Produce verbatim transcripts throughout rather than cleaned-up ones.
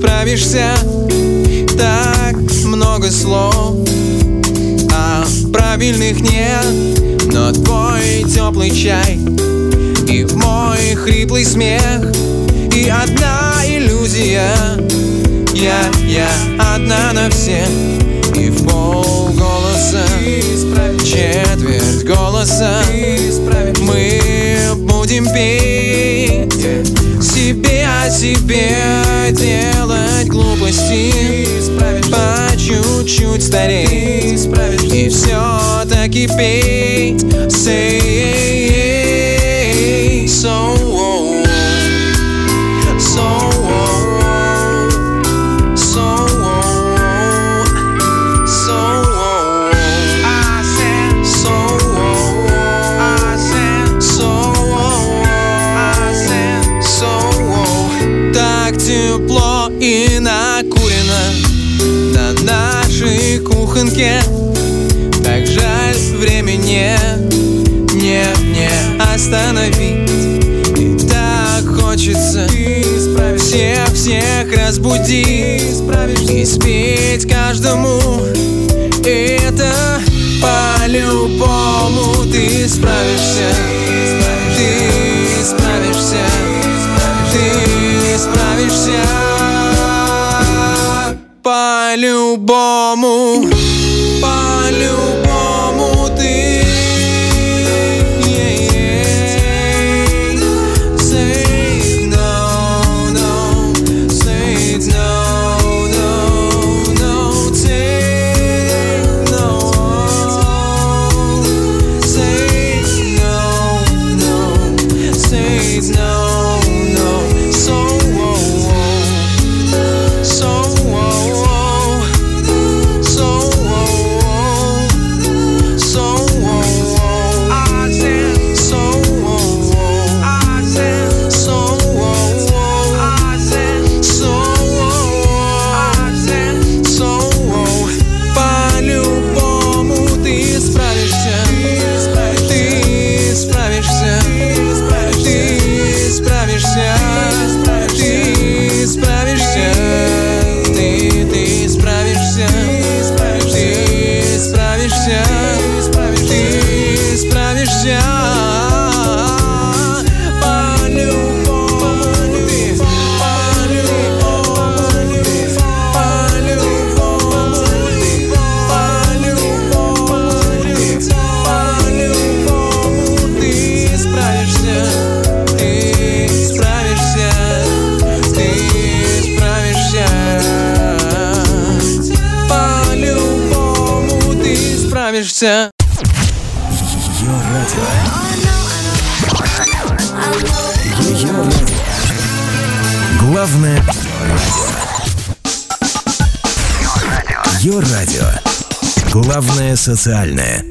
справишься. Так много слов, а правильных нет. Но твой теплый чай и мой хриплый смех, и одна иллюзия. Я, я одна на всех. И в полголоса, четверть голоса мы будем петь себе о себе, делать глупости, по чуть-чуть стареть и все-таки петь. Say so, so, тепло и накурено на нашей кухоньке. Так жаль, времени нет, не остановить. И так хочется всех-всех разбудить и спеть каждому. Это по-любому. Ты справишься, ты справишься, ты справишься по-любому, по-любому ты. Say no, no, say no, no, no, say no, say no, no, say no. Справишься. Ее радио. Ее радио. Главное радио. Ее радио. Главное социальное.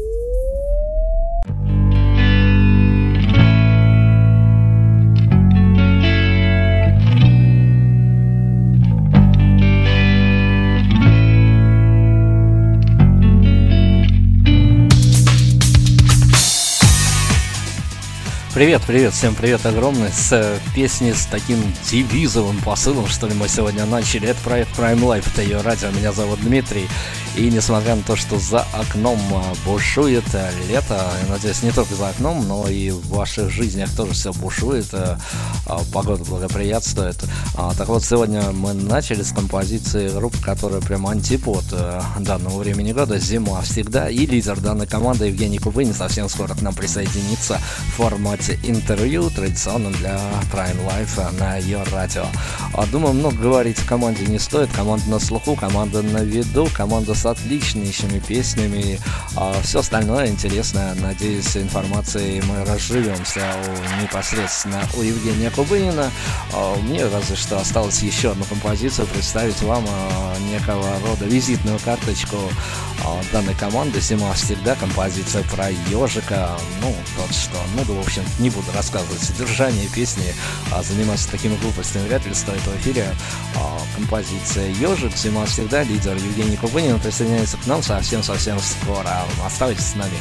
Привет, привет, всем привет огромный. С песни с таким девизовым посылом, что ли, мы сегодня начали. Это проект Prime Life, это ее радио, меня зовут Дмитрий. И несмотря на то, что за окном бушует лето, я надеюсь, не только за окном, но и в ваших жизнях тоже все бушует, погода благоприятствует. Так вот, сегодня мы начали с композиции группы, которая прям антипод данного времени года, «Зима всегда». И лидер данной команды Евгений Кубынин совсем скоро к нам присоединится в формате интервью, традиционно для Prime Life на ее радио. Думаю, много говорить о команде не стоит. Команда на слуху, команда на виду, команда с отличнейшими песнями. Все остальное интересное. Надеюсь, информацией мы разживемся у, непосредственно у Евгения Кубынина. Мне разве что осталось еще одну композицию представить вам, некого рода визитную карточку данной команды «Зима всегда», композиция про ежика. Ну, тот что, ну да, в общем, не буду рассказывать содержание песни, а заниматься такими глупостями вряд ли стоит в эфире. Композиция «Ежик», «Зима всегда», лидер Евгений Кубынин присоединяется к нам совсем-совсем скоро. Оставайтесь с нами.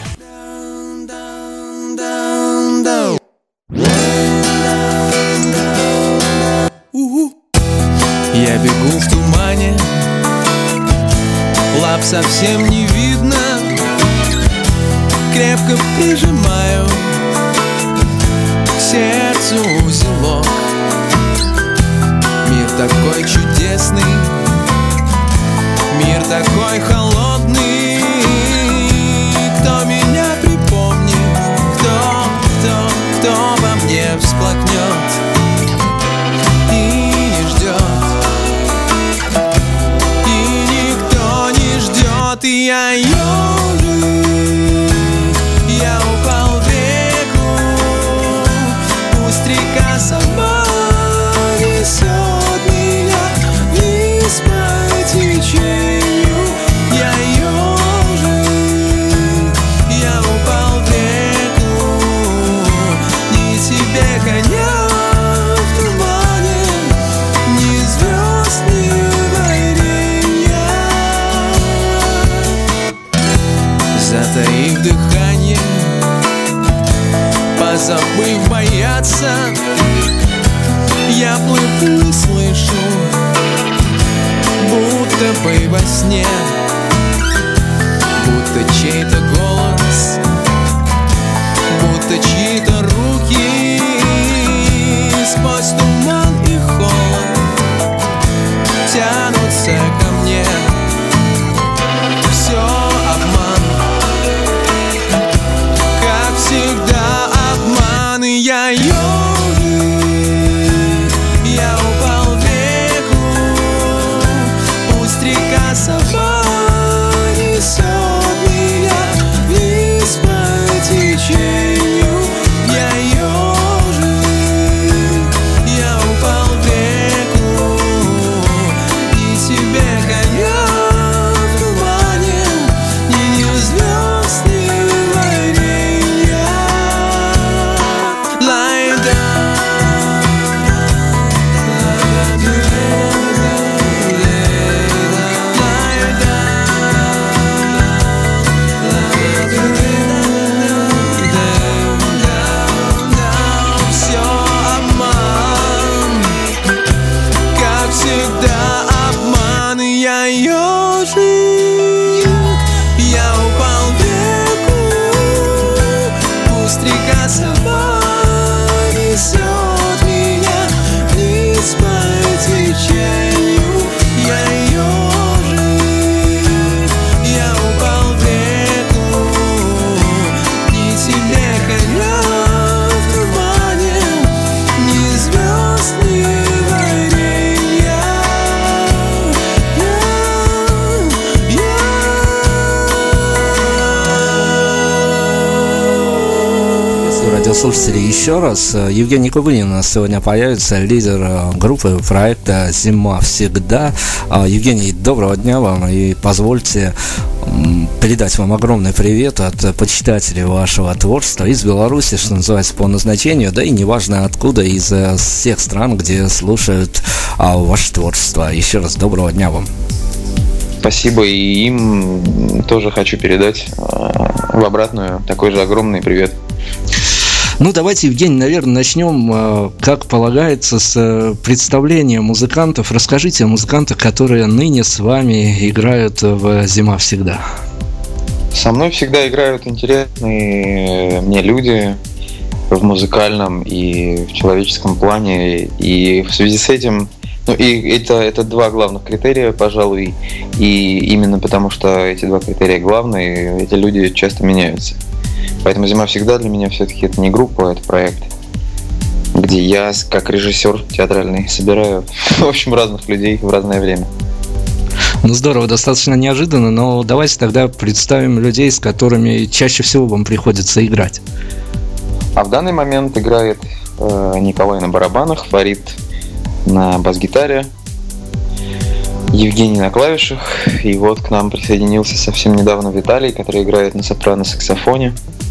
Я Я бегу в тумане, лап совсем не видно. Крепко прижимаю к сердцу узелок. Мир такой чудесный, мир такой холодный. Кто меня припомнит, кто, кто, кто во мне всплакнет и не ждет, и никто не ждет. И я ежик, я упал в реку, пусть река сама несет меня вниз по течению. Я ежик, я упал в реку, ни себе коня в тумане, ни звезд, ни варенья. Затаив дыхание, позабыв бояться, я плыву и слышу, будто бы во сне, будто чей-то голос, будто чьи-то руки сквозь туман и холод тянутся ко мне. Все обман, как всегда обман. И я ежик, я упал в реку, пусть река сама несет меня вниз по течению. Я ежик, я упал в реку, ни себе коня в тумане, ни звезд, ни варенья. Lie down. Все обман, как всегда обман. И я ежик, я упал в реку, пусть река сама несет меня вниз по течению. Я ежик, я упал в реку, ни тебе коня в тумане, ни звезд, ни варенья. Я, Приветствую радиослушателей еще раз. Евгений Кубынин у нас сегодня появится, лидер группы проекта «Зима всегда». Евгений, доброго дня вам, и позвольте м, передать вам огромный привет от почитателей вашего творчества из Беларуси, что называется, по назначению, да и неважно откуда, из э, всех стран, где слушают а, ваше творчество. Еще раз доброго дня вам. Спасибо, и им тоже хочу передать э, в обратную такой же огромный привет. Ну, давайте, Евгений, наверное, начнем, э, как полагается, с э, представления музыкантов. Расскажите о музыкантах, которые ныне с вами играют в «Зима всегда». Со мной всегда играют интересные мне люди в музыкальном и в человеческом плане, и в связи с этим, ну, и это, это два главных критерия, пожалуй, и именно потому, что эти два критерия главные, эти люди часто меняются. Поэтому «Зима всегда» для меня все-таки это не группа, это проект, где я, как режиссер театральный, собираю, в общем, разных людей в разное время. Ну, здорово, достаточно неожиданно, но давайте тогда представим людей, с которыми чаще всего вам приходится играть. А в данный момент играет э, Николай на барабанах, Фарид на бас-гитаре, Евгений на клавишах, и вот к нам присоединился совсем недавно Виталий, который играет на сопрано-саксофоне.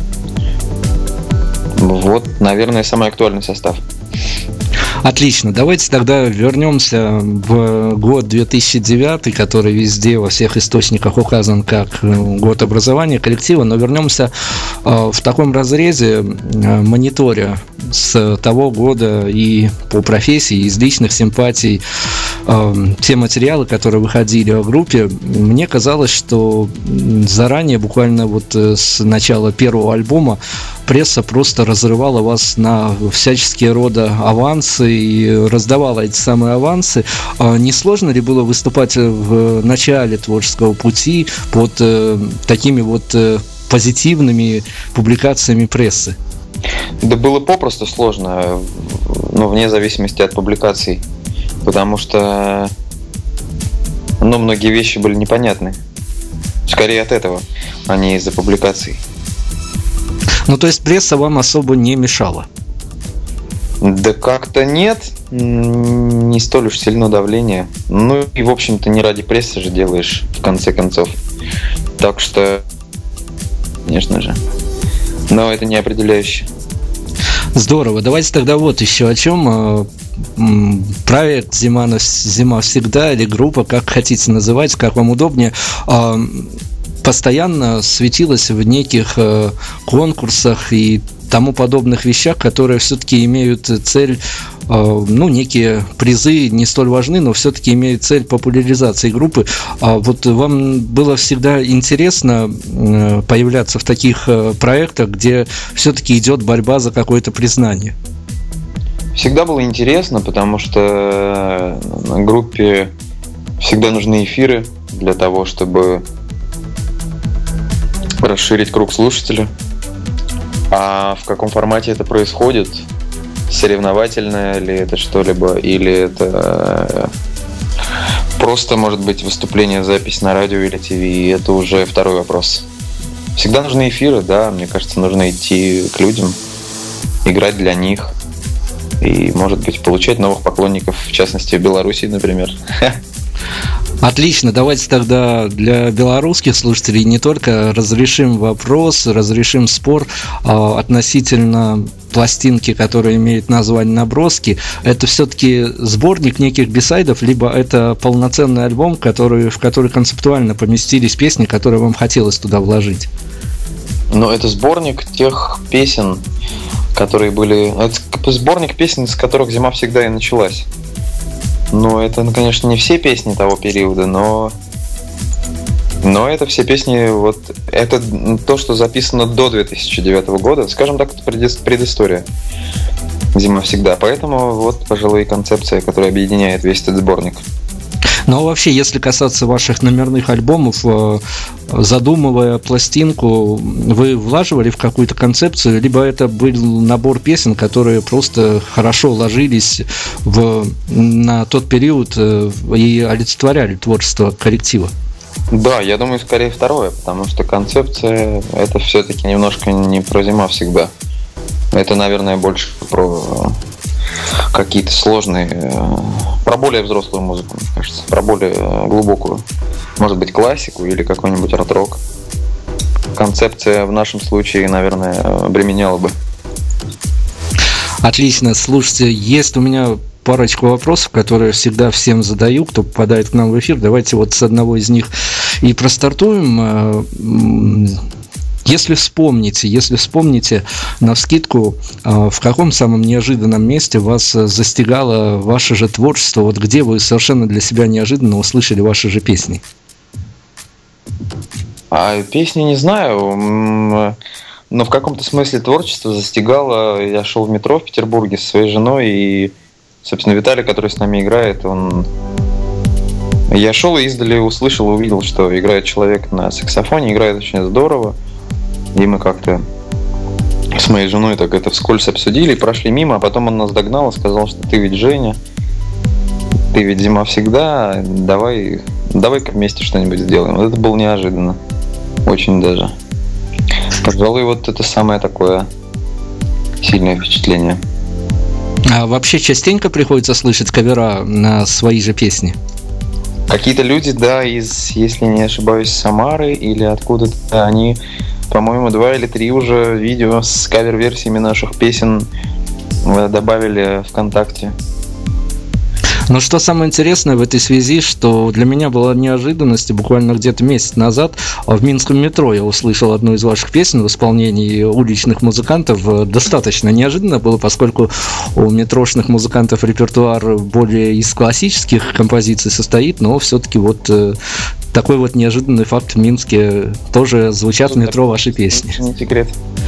Вот, наверное, самый актуальный состав. Отлично, давайте тогда вернемся в год две тысячи девятый, который везде во всех источниках указан как год образования коллектива, но вернемся в таком разрезе, мониторя с того года и по профессии, из личных симпатий, те материалы, которые выходили о группе, мне казалось, что заранее, буквально вот с начала первого альбома, пресса просто разрывала вас на всяческие рода авансы и раздавала эти самые авансы. Не сложно ли было выступать в начале творческого пути под такими вот позитивными публикациями прессы? Да было попросту сложно, ну, вне зависимости от публикаций, потому что, ну, многие вещи были непонятны. Скорее от этого, а не из-за публикаций. Ну, то есть пресса вам особо не мешала? Да как-то нет, не столь уж сильно давление. Ну и, в общем-то, не ради прессы же делаешь, в конце концов. Так что, конечно же. Но это не определяюще. Здорово. Давайте тогда вот еще о чем. Проект «Зима, Зима всегда» или группа, как хотите называть, как вам удобнее, постоянно светилась в неких конкурсах и тому подобных вещах, которые все-таки имеют цель, ну, некие призы не столь важны, но все-таки имеют цель популяризации группы. А вот вам было всегда интересно появляться в таких проектах, где все-таки идет борьба за какое-то признание? Всегда было интересно, потому что группе всегда нужны эфиры для того, чтобы расширить круг слушателей. А в каком формате это происходит? Соревновательное ли это что-либо? Или это просто, может быть, выступление, запись на радио или ТВ? Это уже второй вопрос. Всегда нужны эфиры, да. Мне кажется, нужно идти к людям, играть для них. И, может быть, получать новых поклонников, в частности, в Беларуси, например. Отлично, давайте тогда для белорусских слушателей не только разрешим вопрос, разрешим спор а, относительно пластинки, которая имеет название «Наброски». Это все-таки сборник неких бисайдов, либо это полноценный альбом, который, в который концептуально поместились песни, которые вам хотелось туда вложить? Ну, это сборник тех песен, которые были... Это сборник песен, с которых «Зима всегда» и началась. Ну, это, ну, конечно, не все песни того периода, но... Но это все песни, вот... Это то, что записано до две тысячи девятого года. Скажем так, это предыстория «Зима всегда». Поэтому вот, пожалуй, и концепция, которая объединяет весь этот сборник. Ну, а вообще, если касаться ваших номерных альбомов, задумывая пластинку, вы влаживали в какую-то концепцию, либо это был набор песен, которые просто хорошо ложились в, на тот период и олицетворяли творчество коллектива? Да, я думаю, скорее второе, потому что концепция — это все-таки немножко не про «Зима всегда». Это, наверное, больше про какие-то сложные, про более взрослую музыку, мне кажется, про более глубокую, может быть, классику или какой-нибудь арт-рок. Концепция в нашем случае, наверное, обременяла бы. Отлично, слушайте, есть у меня парочку вопросов, которые всегда всем задаю, кто попадает к нам в эфир. Давайте вот с одного из них и простартуем. Если вспомните, если вспомните навскидку, в каком самом неожиданном месте вас застигало ваше же творчество, вот где вы совершенно для себя неожиданно услышали ваши же песни? А песни не знаю, но в каком-то смысле творчество застигало. Я шел в метро в Петербурге со своей женой, и, собственно, Виталий, который с нами играет, он... Я шел и издали услышал и увидел, что играет человек на саксофоне, играет очень здорово. И мы как-то с моей женой так это вскользь обсудили, прошли мимо, а потом он нас догнал и сказал, что ты ведь Женя, ты ведь «Зима всегда», давай, давай-ка вместе что-нибудь сделаем. Вот это было неожиданно, очень даже. Пожалуй, вот это самое такое сильное впечатление. А вообще частенько приходится слышать кавера на свои же песни? Какие-то люди, да, из, если не ошибаюсь, Самары или откуда-то, они... По-моему, два или три уже видео с кавер-версиями наших песен добавили ВКонтакте. Но что самое интересное в этой связи, что для меня была неожиданность, буквально где-то месяц назад в Минском метро я услышал одну из ваших песен в исполнении уличных музыкантов. Достаточно неожиданно было, поскольку у метрошных музыкантов репертуар более из классических композиций состоит, но все-таки вот такой вот неожиданный факт: в Минске тоже звучат в метро ваши песни. Не секрет.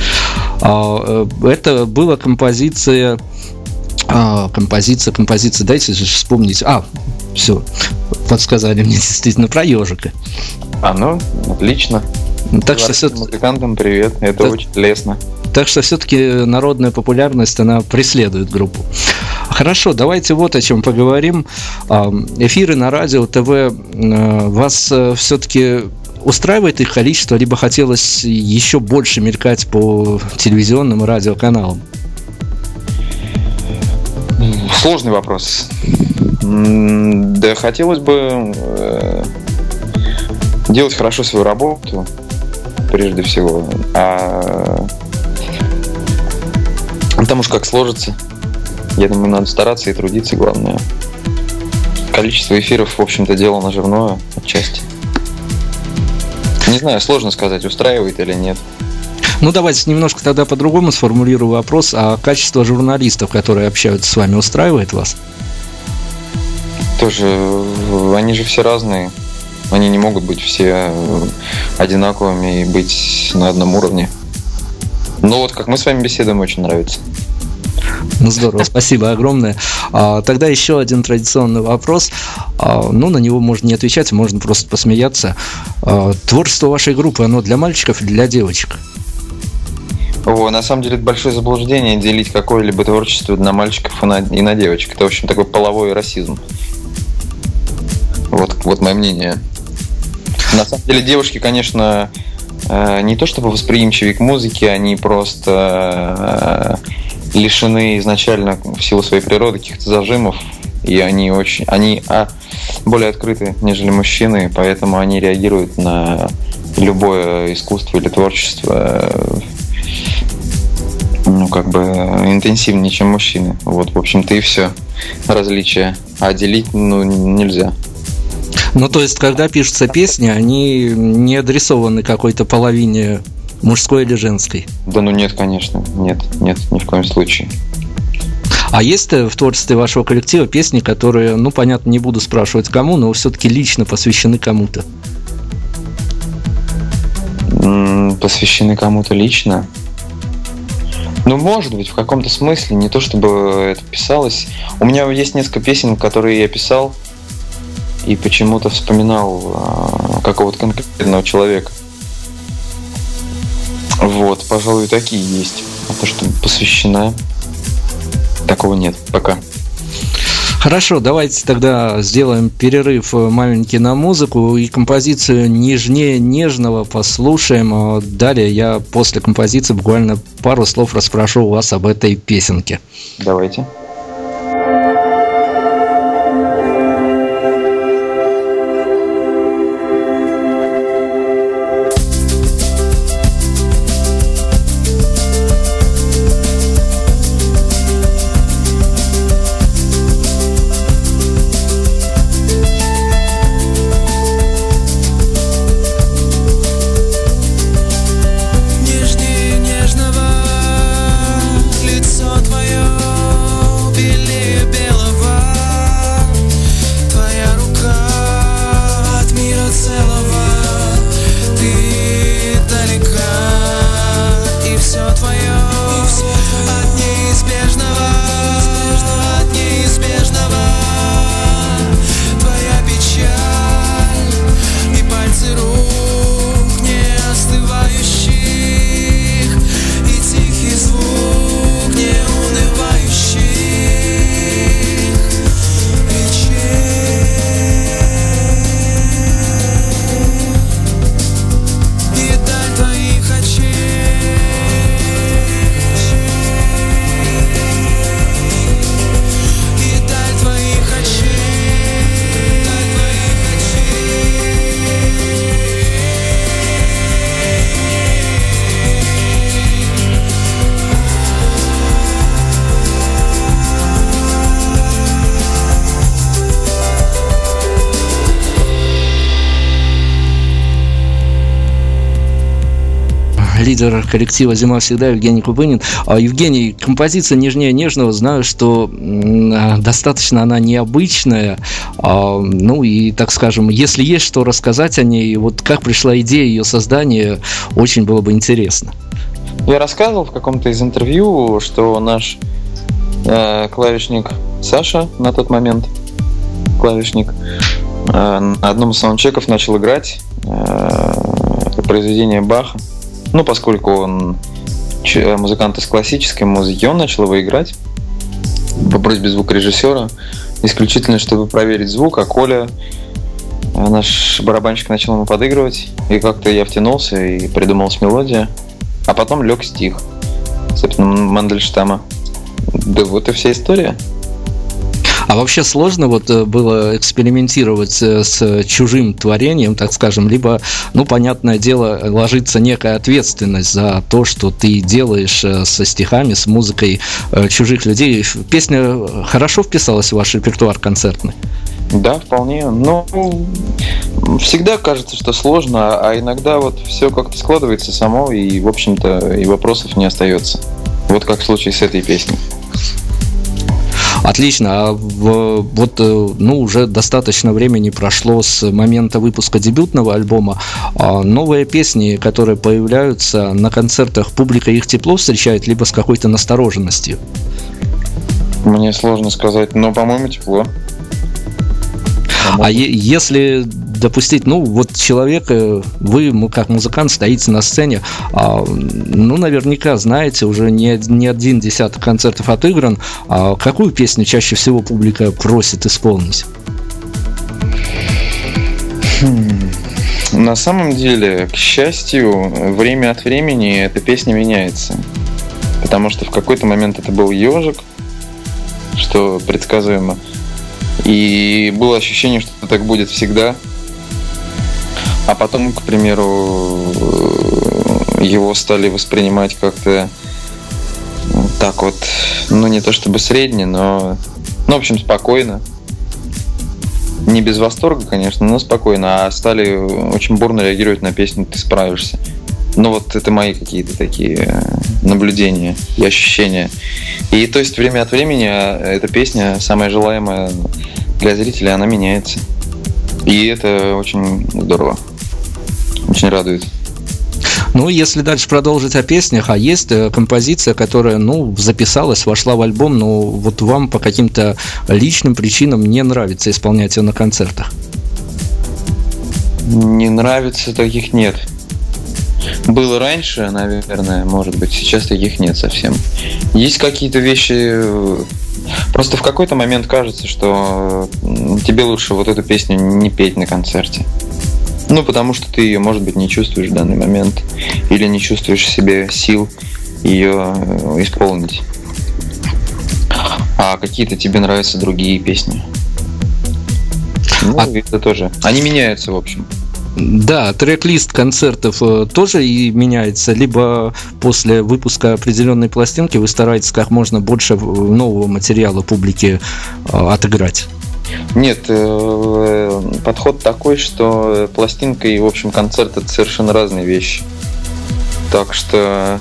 Это была композиция... А, композиция, композиция, дайте же вспомнить. А, все, подсказали мне действительно про ежика. А, ну, отлично. Так что все... Музыкантам привет, это так... очень лестно. Так что все-таки народная популярность, она преследует группу. Хорошо, давайте вот о чем поговорим. Эфиры на радио, ТВ, вас все-таки устраивает их количество, либо хотелось еще больше мелькать по телевизионным и радиоканалам? Сложный вопрос. Да, хотелось бы э, делать хорошо свою работу, прежде всего. А там уж как сложится. Я думаю, надо стараться и трудиться, главное. Количество эфиров, в общем-то, дело наживное отчасти. Не знаю, сложно сказать, устраивает или нет. Ну, давайте немножко тогда по-другому сформулирую вопрос. А качество журналистов, которые общаются с вами, устраивает вас? Тоже, они же все разные. Они не могут быть все одинаковыми и быть на одном уровне. Но вот как мы с вами беседуем, очень нравится. Ну, здорово, спасибо огромное. А, тогда еще один традиционный вопрос. А, ну, на него можно не отвечать, можно просто посмеяться. А, творчество вашей группы, оно для мальчиков или для девочек? О, на самом деле это большое заблуждение делить какое-либо творчество на мальчиков и на, и на девочек. Это, в общем, такой половой расизм. Вот, вот мое мнение. На самом деле девушки, конечно, не то чтобы восприимчивы к музыке, они просто лишены изначально в силу своей природы каких-то зажимов, и они очень, они а, более открыты, нежели мужчины, поэтому они реагируют на любое искусство или творчество, ну, как бы интенсивнее, чем мужчины. Вот, в общем-то, и все различия. А делить, ну, нельзя. Ну, то есть, когда пишутся песни, они не адресованы какой-то половине мужской или женской? Да ну нет, конечно. Нет, нет, ни в коем случае. А есть в творчестве вашего коллектива песни, которые, ну, понятно, не буду спрашивать кому, но все-таки лично посвящены кому-то? М-м, посвящены кому-то лично? Ну, может быть, в каком-то смысле, не то чтобы это писалось. У меня есть несколько песен, которые я писал, и почему-то вспоминал а, какого-то конкретного человека. Вот, пожалуй, такие есть. А то, что посвящена, такого нет пока. Хорошо, давайте тогда сделаем перерыв маленький на музыку и композицию «Нежнее нежного» послушаем. Далее я после композиции буквально пару слов расспрошу у вас об этой песенке. Давайте. Нежнее нежного лицо твое. лидер коллектива «Зима всегда» Евгений Кубынин. Евгений, композиция «Нежнее нежного», знаю, что достаточно она необычная, ну и, так скажем, если есть что рассказать о ней, вот как пришла идея ее создания, очень было бы интересно. Я рассказывал в каком-то из интервью, что наш э, клавишник Саша на тот момент, клавишник, э, на одном из саундчеков начал играть э, это произведение Баха. Ну, поскольку он ч- музыкант из классической музыки, он начал его играть по просьбе звукорежиссера, исключительно чтобы проверить звук, а Коля, наш барабанщик, начал ему подыгрывать, и как-то я втянулся и придумалась мелодия, а потом лег стих, собственно, Мандельштама. Да вот и вся история. А вообще сложно вот было экспериментировать с чужим творением, так скажем, либо, ну, понятное дело, ложится некая ответственность за то, что ты делаешь со стихами, с музыкой чужих людей. Песня хорошо вписалась в ваш репертуар концертный? Да, вполне. Но всегда кажется, что сложно, а иногда вот все как-то складывается само, и, в общем-то, и вопросов не остается. Вот как в случае с этой песней. Отлично. А в, вот, ну, уже достаточно времени прошло с момента выпуска дебютного альбома. А новые песни, которые появляются на концертах, публика их тепло встречает, либо с какой-то настороженностью? Мне сложно сказать, но, по-моему, тепло. А е- если допустить, ну, вот человек, вы, как музыкант, стоите на сцене, а, ну, наверняка знаете, уже не, не один десяток концертов отыгран, а какую песню чаще всего публика просит исполнить? Хм. На самом деле, к счастью, время от времени эта песня меняется. Потому что в какой-то момент это был «Ежик», что предсказуемо. И было ощущение, что так будет всегда. А потом, к примеру, его стали воспринимать как-то так вот, ну не то чтобы средне, но, ну, в общем, спокойно. Не без восторга, конечно, но спокойно. А стали очень бурно реагировать на песню «Ты справишься». Ну вот это мои какие-то такие наблюдения и ощущения. И то есть время от времени эта песня, самая желаемая для зрителя, она меняется. И это очень здорово. Очень радует. Ну, если дальше продолжить о песнях, а есть композиция, которая, ну, записалась, вошла в альбом, но вот вам по каким-то личным причинам не нравится исполнять ее на концертах? Не нравится, таких нет. Было раньше, наверное, может быть, сейчас таких нет совсем. Есть какие-то вещи... Просто в какой-то момент кажется, что тебе лучше вот эту песню не петь на концерте. Ну, потому что ты ее, может быть, не чувствуешь в данный момент. Или не чувствуешь в себе сил ее исполнить. А какие-то тебе нравятся другие песни. Ну, а... это тоже. Они меняются, в общем. Да, трек-лист концертов тоже и меняется. Либо после выпуска определенной пластинки вы стараетесь как можно больше нового материала публике отыграть. Нет, подход такой, что пластинка и, в общем, концерт — это совершенно разные вещи. Так что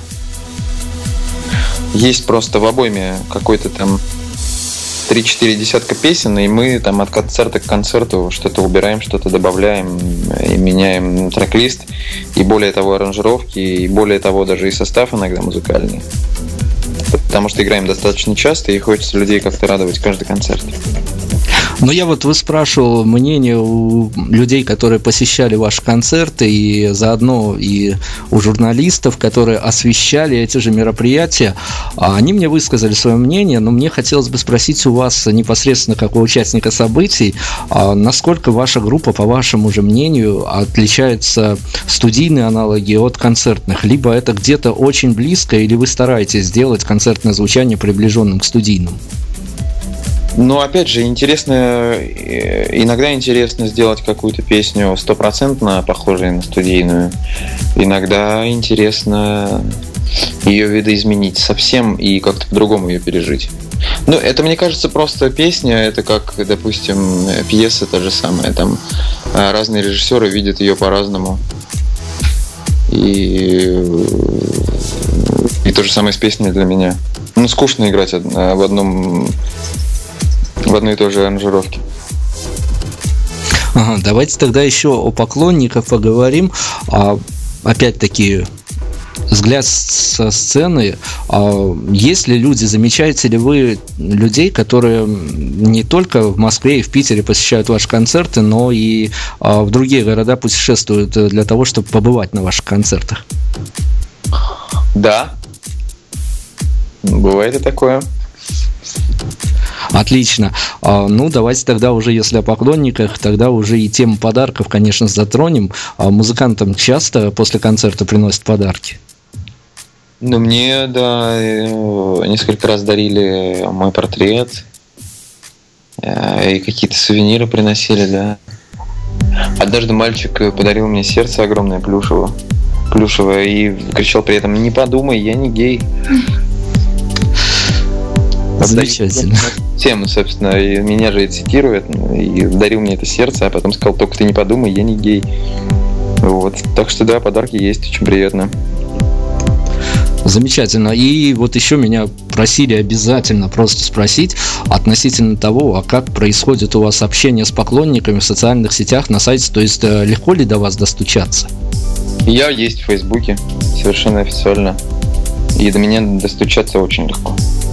есть просто в обойме какой-то там три-четыре десятка песен, и мы там от концерта к концерту что-то убираем, что-то добавляем и меняем трек-лист, и более того аранжировки, и более того даже и состав иногда музыкальный. Потому что играем достаточно часто, и хочется людей как-то радовать каждый концерт. Но я вот выспрашивал мнение у людей, которые посещали ваши концерты, и заодно и у журналистов, которые освещали эти же мероприятия. Они мне высказали свое мнение, но мне хотелось бы спросить у вас непосредственно, как у участника событий, насколько ваша группа, по вашему же мнению, отличается студийные аналоги от концертных? Либо это где-то очень близко, или вы стараетесь сделать концертное звучание приближенным к студийному? Ну, опять же, интересно, иногда интересно сделать какую-то песню стопроцентно похожей на студийную. Иногда интересно ее видоизменить совсем и как-то по-другому ее пережить. Ну, это, мне кажется, просто песня, это как, допустим, пьеса та же самая. Там разные режиссеры видят ее по-разному. И, и то же самое с песней для меня. Ну, скучно играть в одном в одной и той же аранжировке. Ага, давайте тогда еще о поклонниках поговорим. А, опять-таки, взгляд со сцены. А, есть ли люди, замечаете ли вы людей, которые не только в Москве и в Питере посещают ваши концерты, но и а, в другие города путешествуют для того, чтобы побывать на ваших концертах? Да. Бывает и такое. Отлично. А, ну, давайте тогда уже, если о поклонниках, тогда уже и тему подарков, конечно, затронем. А музыкантам часто после концерта приносят подарки? Ну, мне, да, несколько раз дарили мой портрет. И какие-то сувениры приносили, да. Однажды мальчик подарил мне сердце огромное, плюшевое, плюшевое, и кричал при этом: «Не подумай, я не гей». Замечательно. Тему, собственно, и меня же и цитирует, и дарил мне это сердце, а потом сказал: «Только ты не подумай, я не гей». Вот. Так что да, подарки есть, очень приятно. Замечательно. И вот еще меня просили обязательно просто спросить относительно того, а как происходит у вас общение с поклонниками в социальных сетях, на сайте, то есть легко ли до вас достучаться? Я есть в Фейсбуке, совершенно официально, и до меня достучаться очень легко.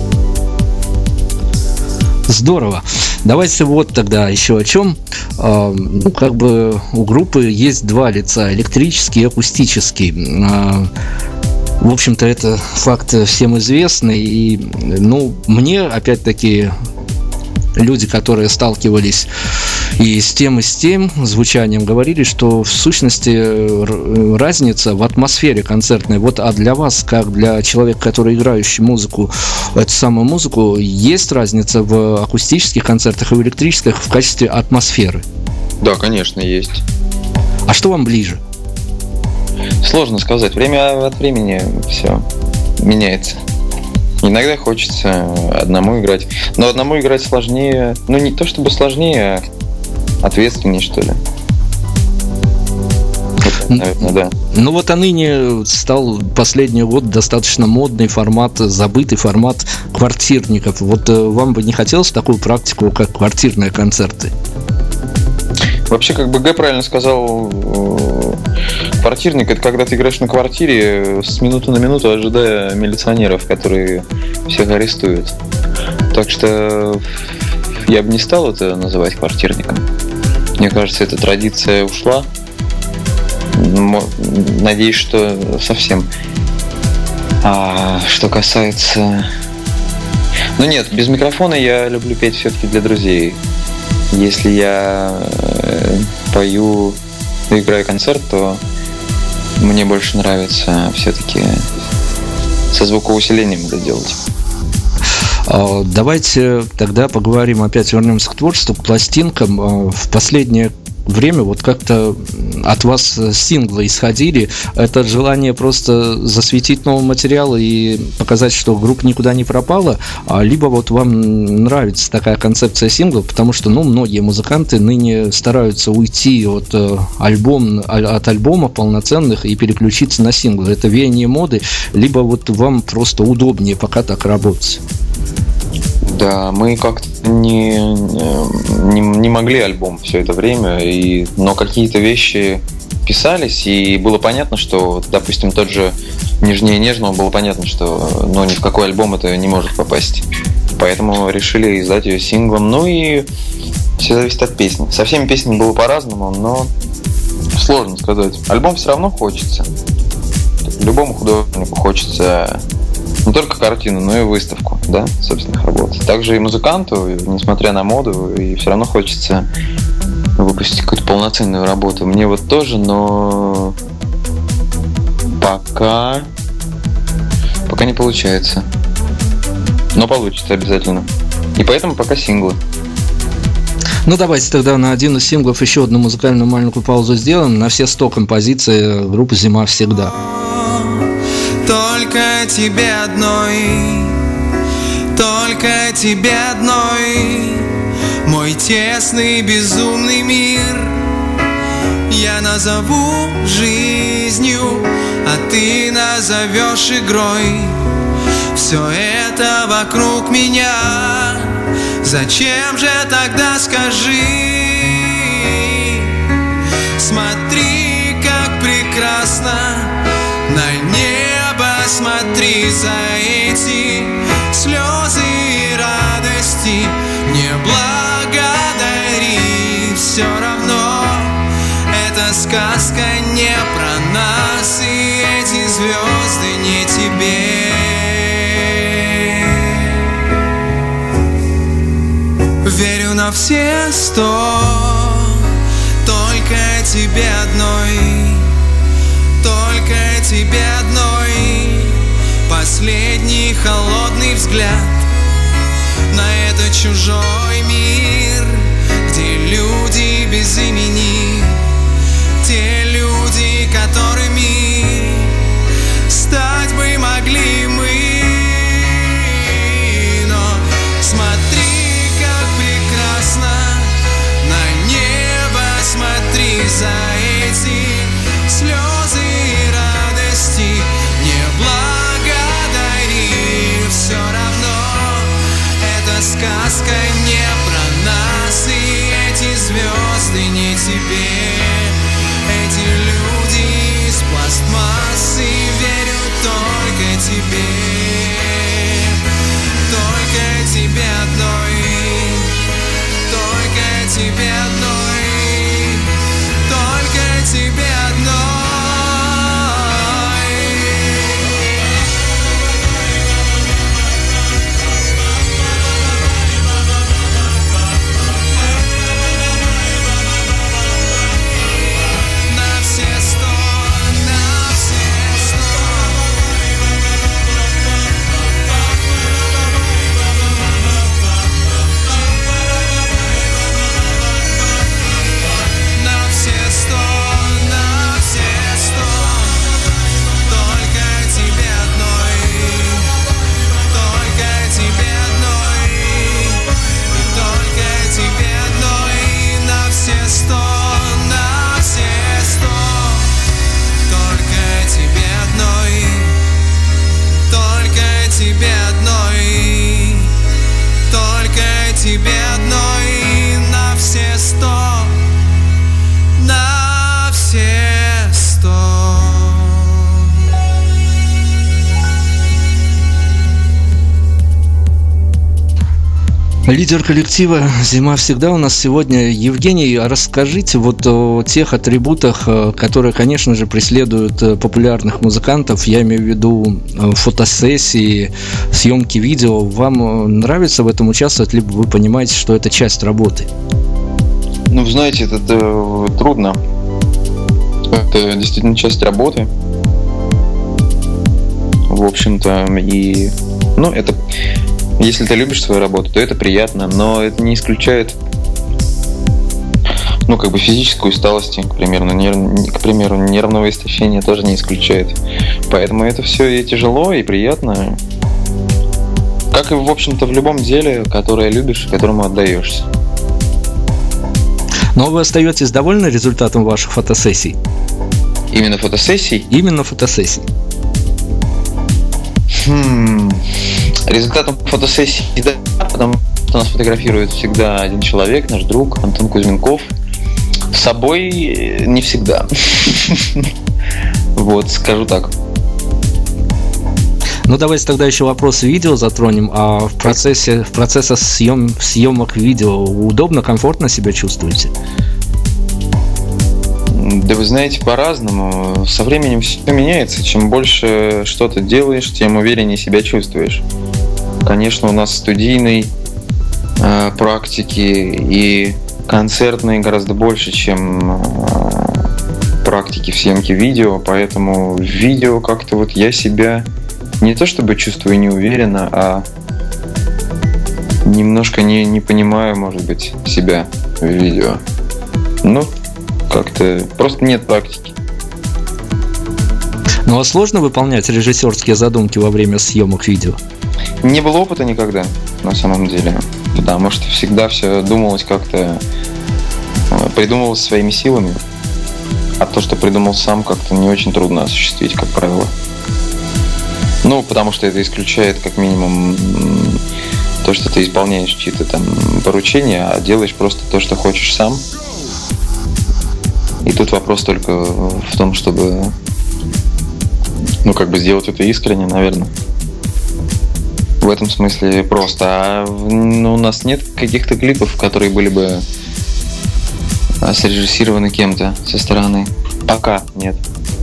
Здорово. Давайте вот тогда еще о чем. Ну, как бы у группы есть два лица: электрический и акустический. В общем-то, это факт всем известный. И, ну, мне, опять-таки, люди, которые сталкивались и с тем, и с тем звучанием, говорили, что в сущности разница в атмосфере концертной. Вот, а для вас, как для человека, который играющий музыку, эту самую музыку, есть разница в акустических концертах и в электрических в качестве атмосферы? Да, конечно, есть. А что вам ближе? Сложно сказать. Время от времени все меняется. Иногда хочется одному играть. Но одному играть сложнее. Ну, не то чтобы сложнее, а ответственнее, что ли. Вот, наверное, да. Ну вот, а ныне стал последний год достаточно модный формат, забытый формат квартирников. Вот вам бы не хотелось такую практику, как квартирные концерты? Вообще, как бы Г правильно сказал, квартирник — это когда ты играешь на квартире с минуты на минуту, ожидая милиционеров, которые всех арестуют. Так что я бы не стал это называть квартирником. Мне кажется, эта традиция ушла. Надеюсь, что совсем. А что касается... Ну нет, без микрофона я люблю петь все-таки для друзей. Если я пою, играю концерт, то мне больше нравится все-таки со звукоусилением это делать. Давайте тогда поговорим, опять вернемся к творчеству, к пластинкам. В последнее время вот как-то от вас синглы исходили. Это желание просто засветить новый материал и показать, что группа никуда не пропала, либо вот вам нравится такая концепция синглов, потому что, ну, многие музыканты ныне стараются уйти от, альбом, от альбомов полноценных и переключиться на синглы. Это веяние моды, либо вот вам просто удобнее пока так работать? Да, мы как-то не, не, не могли альбом все это время, и, но какие-то вещи писались, и было понятно, что, допустим, тот же «Нежнее нежного» было понятно, что ну, ни в какой альбом это не может попасть. Поэтому решили издать ее синглом. Ну и все зависит от песни. Со всеми песнями было по-разному, но сложно сказать. Альбом все равно хочется. Любому художнику хочется не только картину, но и выставку, да, собственных работ. Также и музыканту, несмотря на моду, и все равно хочется выпустить какую-то полноценную работу. Мне вот тоже, но пока пока не получается. Но получится обязательно. И поэтому пока синглы. Ну, давайте тогда на один из синглов еще одну музыкальную маленькую паузу сделаем. На все сто композиций группы «Зима всегда». Только тебе одной, только тебе одной, мой тесный безумный мир. Я назову жизнью, а ты назовешь игрой. Все это вокруг меня, зачем же тогда, скажи? Смотри, как прекрасно на небо, смотри, за эти слезы и радости не благодари. Все равно эта сказка не про нас, и эти звезды не тебе. Верю на все сто, только тебе одной, только тебе одной. Последний холодный взгляд на этот чужой мир, где люди без имени, те люди, которыми стать бы могли мы. Но смотри, как прекрасно на небо, смотри, за эти слезы и радости не благодари. Все равно эта сказка не про нас, и эти звезды не тебе. Эти люди из пластмассы, верю только тебе, только тебе одной, только тебе одной, только тебе одной. Тебе одной на все сто, на все сто. Лидер коллектива «Зима всегда» у нас сегодня. Евгений, расскажите вот о тех атрибутах, которые, конечно же, преследуют популярных музыкантов. Я имею в виду фотосессии, съемки видео. Вам нравится в этом участвовать, либо вы понимаете, что это часть работы? Ну, знаете, это, это трудно. Это действительно часть работы. В общем-то, и... Ну, это... Если ты любишь свою работу, то это приятно, но это не исключает, ну, как бы физическую усталость, к примеру, нерв... к примеру, нервного истощения тоже не исключает. Поэтому это все и тяжело, и приятно. Как и, в общем-то, в любом деле, которое любишь, которому отдаешься. Но вы остаетесь довольны результатом ваших фотосессий? Именно фотосессий? Именно фотосессий. Хм... Результатом фотосессии, да, потому что нас фотографирует всегда один человек, наш друг Антон Кузьменков. С собой не всегда. Вот, скажу так. Ну, давайте тогда еще вопрос видео затронем. А в процессе, в процессе съем, съемок видео удобно, комфортно себя чувствуете? Да вы знаете, по-разному. Со временем все меняется. Чем больше что-то делаешь, тем увереннее себя чувствуешь. Конечно, у нас студийной э, практики и концертной гораздо больше, чем э, практики в съемке видео. Поэтому в видео как-то вот я себя не то чтобы чувствую неуверенно, а немножко не, не понимаю, может быть, себя в видео. Ну, как-то просто нет практики. Ну а сложно выполнять режиссерские задумки во время съемок видео? Не было опыта никогда, на самом деле. Потому что всегда все думалось как-то, придумывалось своими силами. А то, что придумал сам, как-то не очень трудно осуществить, как правило. Ну, потому что это исключает как минимум то, что ты исполняешь чьи-то там поручения, а делаешь просто то, что хочешь сам. И тут вопрос только в том, чтобы, ну, как бы сделать это искренне, наверное. В этом смысле просто. А ну, у нас нет каких-то клипов, которые были бы срежиссированы кем-то со стороны. Пока нет.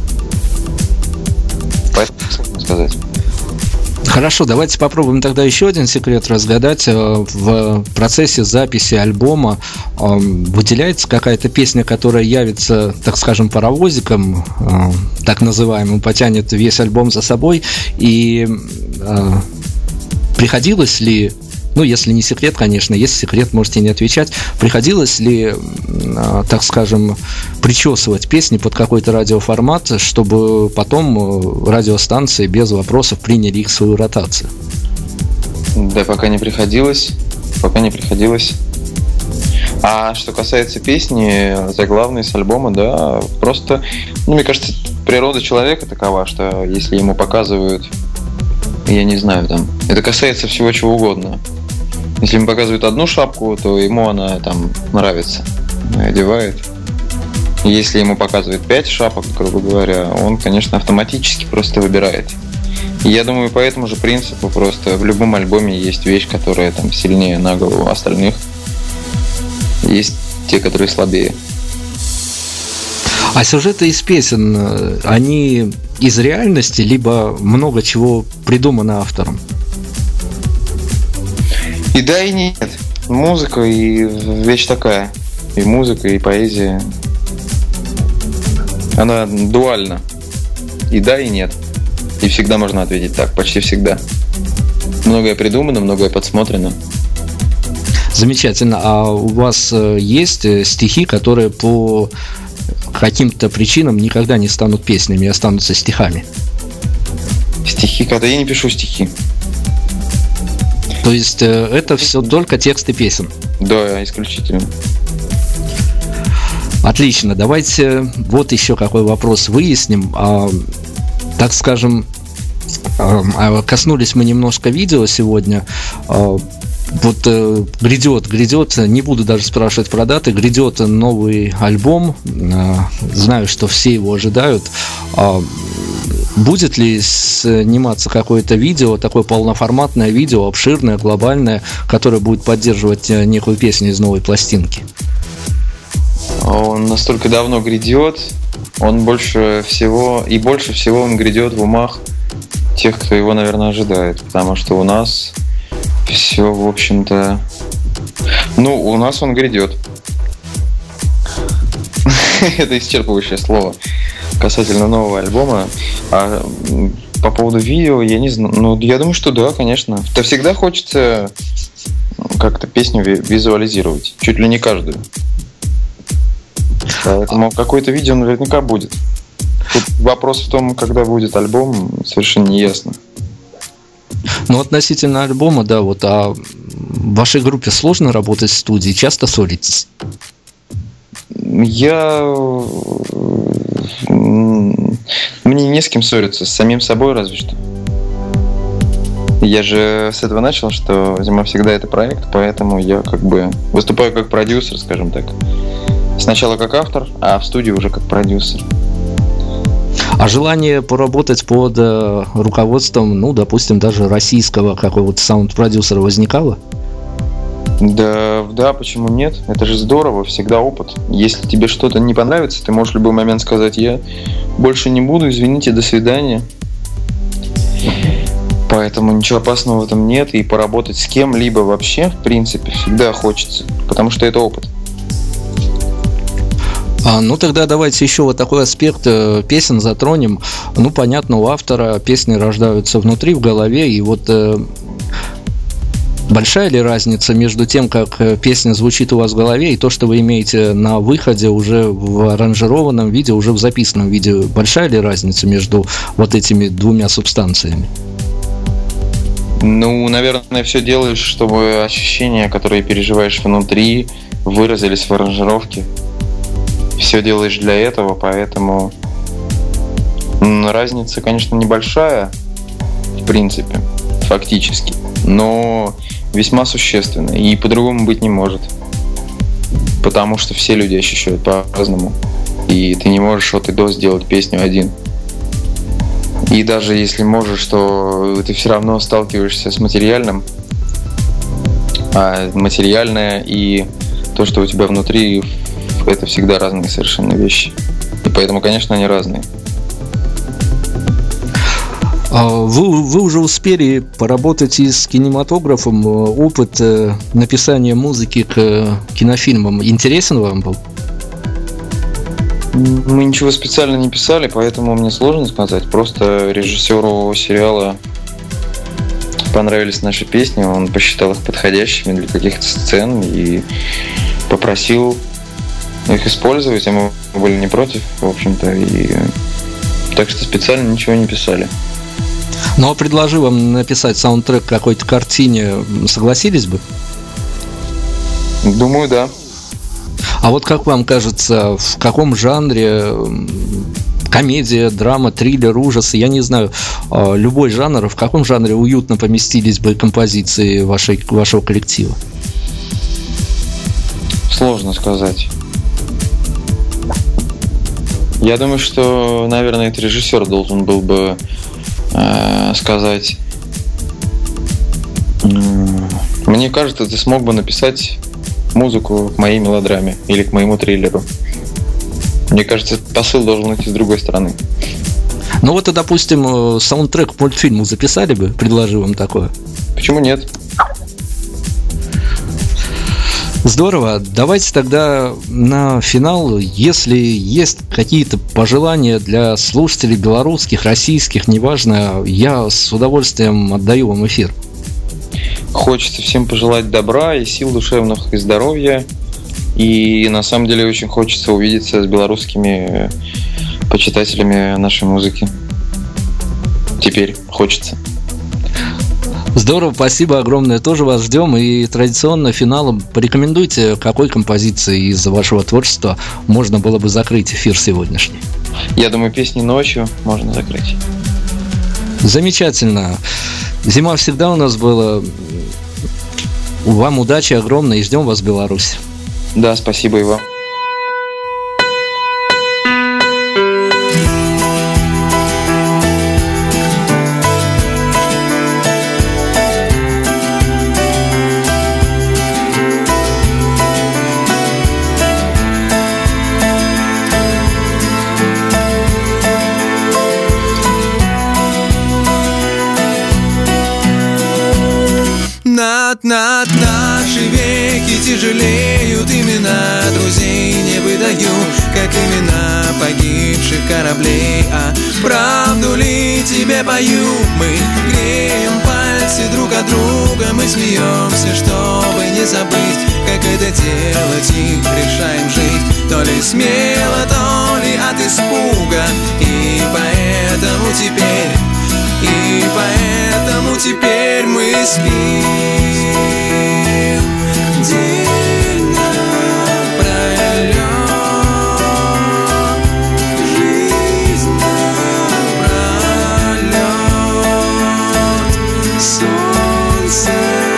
Поэтому сложно сказать. Хорошо, давайте попробуем тогда еще один секрет разгадать. В процессе записи альбома выделяется какая-то песня, которая явится, так скажем, паровозиком, так называемым, потянет весь альбом за собой. И приходилось ли, ну, если не секрет, конечно, если секрет, можете не отвечать, приходилось ли, так скажем, причесывать песни под какой-то радиоформат, чтобы потом радиостанции без вопросов приняли их в свою ротацию? Да, пока не приходилось. Пока не приходилось. А что касается песни, заглавной с альбома, да, просто, ну, мне кажется, природа человека такова, что если ему показывают, я не знаю, там, это касается всего чего угодно. Если ему показывают одну шапку, то ему она там нравится, одевает. Если ему показывают пять шапок, грубо говоря, он, конечно, автоматически просто выбирает. И я думаю, по этому же принципу просто в любом альбоме есть вещь, которая там сильнее на голову остальных. Есть те, которые слабее. А сюжеты из песен, они из реальности, либо много чего придумано автором? И да, и нет. Музыка и вещь такая. И музыка, и поэзия. Она дуальна. И да, и нет. И всегда можно ответить так, почти всегда. Многое придумано, многое подсмотрено. Замечательно. А у вас есть стихи, которые по каким-то причинам никогда не станут песнями, а останутся стихами? Стихи, когда я не пишу стихи. То есть это все только тексты песен? Да, исключительно. Отлично. Давайте вот еще какой вопрос выясним. А, так скажем, а, коснулись мы немножко видео сегодня. А, вот э, грядет, грядет, не буду даже спрашивать про даты, грядет новый альбом. А, знаю, что все его ожидают. А, будет ли сниматься какое-то видео, такое полноформатное видео, обширное, глобальное, которое будет поддерживать некую песню из новой пластинки? Он настолько давно грядет, он больше всего, и больше всего он грядет в умах тех, кто его, наверное, ожидает. Потому что у нас все, в общем-то... Ну, у нас он грядет. Это исчерпывающее слово касательно нового альбома. А по поводу видео, я не знаю. Ну, я думаю, что да, конечно. То всегда хочется как-то песню визуализировать. Чуть ли не каждую. Поэтому какое-то видео наверняка будет. Тут вопрос в том, когда будет альбом, совершенно не ясно. Ну, относительно альбома, да, вот, а в вашей группе сложно работать в студии? Часто ссоритесь? Я... Мне не с кем ссориться, с самим собой разве что. Я же с этого начал, что «Зима всегда» — это проект, поэтому я как бы выступаю как продюсер, скажем так. Сначала как автор, а в студии уже как продюсер. А желание поработать под э, руководством, ну, допустим, даже российского какого-то саунд-продюсера возникало? Да, да, почему нет? Это же здорово, всегда опыт. Если тебе что-то не понравится, ты можешь в любой момент сказать: я больше не буду, извините, до свидания. Поэтому ничего опасного в этом нет. И поработать с кем-либо вообще, в принципе, всегда хочется. Потому что это опыт. А, ну тогда давайте еще вот такой аспект э, песен затронем. Ну, понятно, у автора песни рождаются внутри, в голове. И вот э, большая ли разница между тем, как песня звучит у вас в голове, и то, что вы имеете на выходе уже в аранжированном виде, уже в записанном виде? Большая ли разница между вот этими двумя субстанциями? Ну, наверное, все делаешь, чтобы ощущения, которые переживаешь внутри, выразились в аранжировке. все делаешь для этого, поэтому разница, конечно, небольшая, в принципе, фактически, но весьма существенная, и по-другому быть не может, потому что все люди ощущают по-разному, и ты не можешь от и до сделать песню один. И даже если можешь, то ты все равно сталкиваешься с материальным, а материальное и то, что у тебя внутри, это всегда разные совершенно вещи. И поэтому, конечно, они разные. Вы, вы уже успели поработать и с кинематографом. Опыт написания музыки к кинофильмам интересен вам был? Мы ничего специально не писали, поэтому мне сложно сказать. Просто режиссеру сериала понравились наши песни, он посчитал их подходящими для каких-то сцен и попросил их использовать, а мы были не против, в общем-то, и так что специально ничего не писали. Ну а предложи вам написать саундтрек к какой-то картине, согласились бы? Думаю, да. А вот как вам кажется, в каком жанре, комедия, драма, триллер, ужасы, я не знаю, любой жанр, в каком жанре уютно поместились бы композиции вашей, вашего коллектива? Сложно сказать. Я думаю, что, наверное, этот режиссер должен был бы э, сказать. Мне кажется, ты смог бы написать музыку к моей мелодраме или к моему триллеру. Мне кажется, посыл должен идти с другой стороны. Ну вот, допустим, саундтрек к мультфильму записали бы, предложил вам такое? Почему нет? Здорово. Давайте тогда на финал, если есть какие-то пожелания для слушателей белорусских, российских, неважно, я с удовольствием отдаю вам эфир. Хочется всем пожелать добра и сил душевных и здоровья. И на самом деле очень хочется увидеться с белорусскими почитателями нашей музыки. Теперь хочется. Здорово, спасибо огромное. Тоже вас ждем. И традиционно финалом порекомендуйте, какой композицией из вашего творчества можно было бы закрыть эфир сегодняшний. Я думаю, песни ночью можно закрыть. Замечательно. Зима всегда у нас была. Вам удачи огромной и ждем вас в Беларуси. Да, спасибо и вам. Над, над наши веки тяжелеют имена друзей, не выдаю, как имена погибших кораблей. А правду ли тебе пою? Мы греем пальцы друг от друга, мы смеемся, чтобы не забыть, как это делать, и решаем жить то ли смело, то ли от испуга. И поэтому теперь И поэтому теперь мы спим день напролет, жизнь напролет. Солнце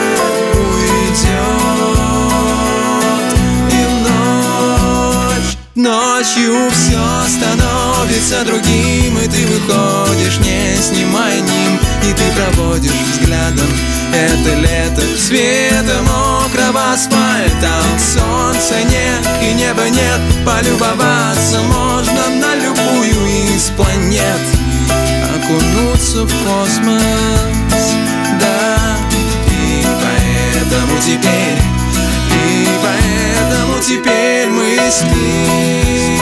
уйдет, и ночь, ночью все становится другим, и ты выходишь, не снимая ним, и ты проводишь взглядом это лето цвета мокрого асфальта. Солнца нет и неба нет, полюбоваться можно на любую из планет, окунуться в космос, да. И поэтому теперь, и поэтому теперь мы спим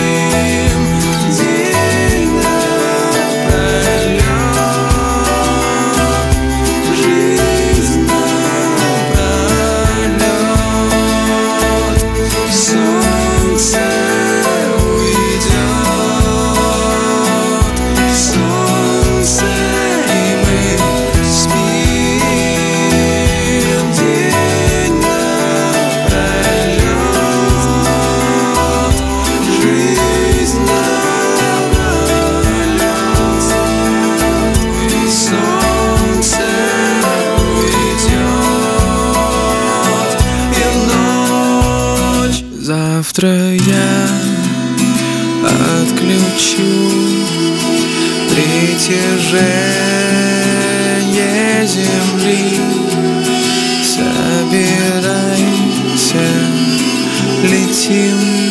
день напролет, жизнь напролет. Солнце уйдет, солнце, и мы спим день напролет, жизнь напролет. завтра я отключу притяжение земли. Собирайся, летим.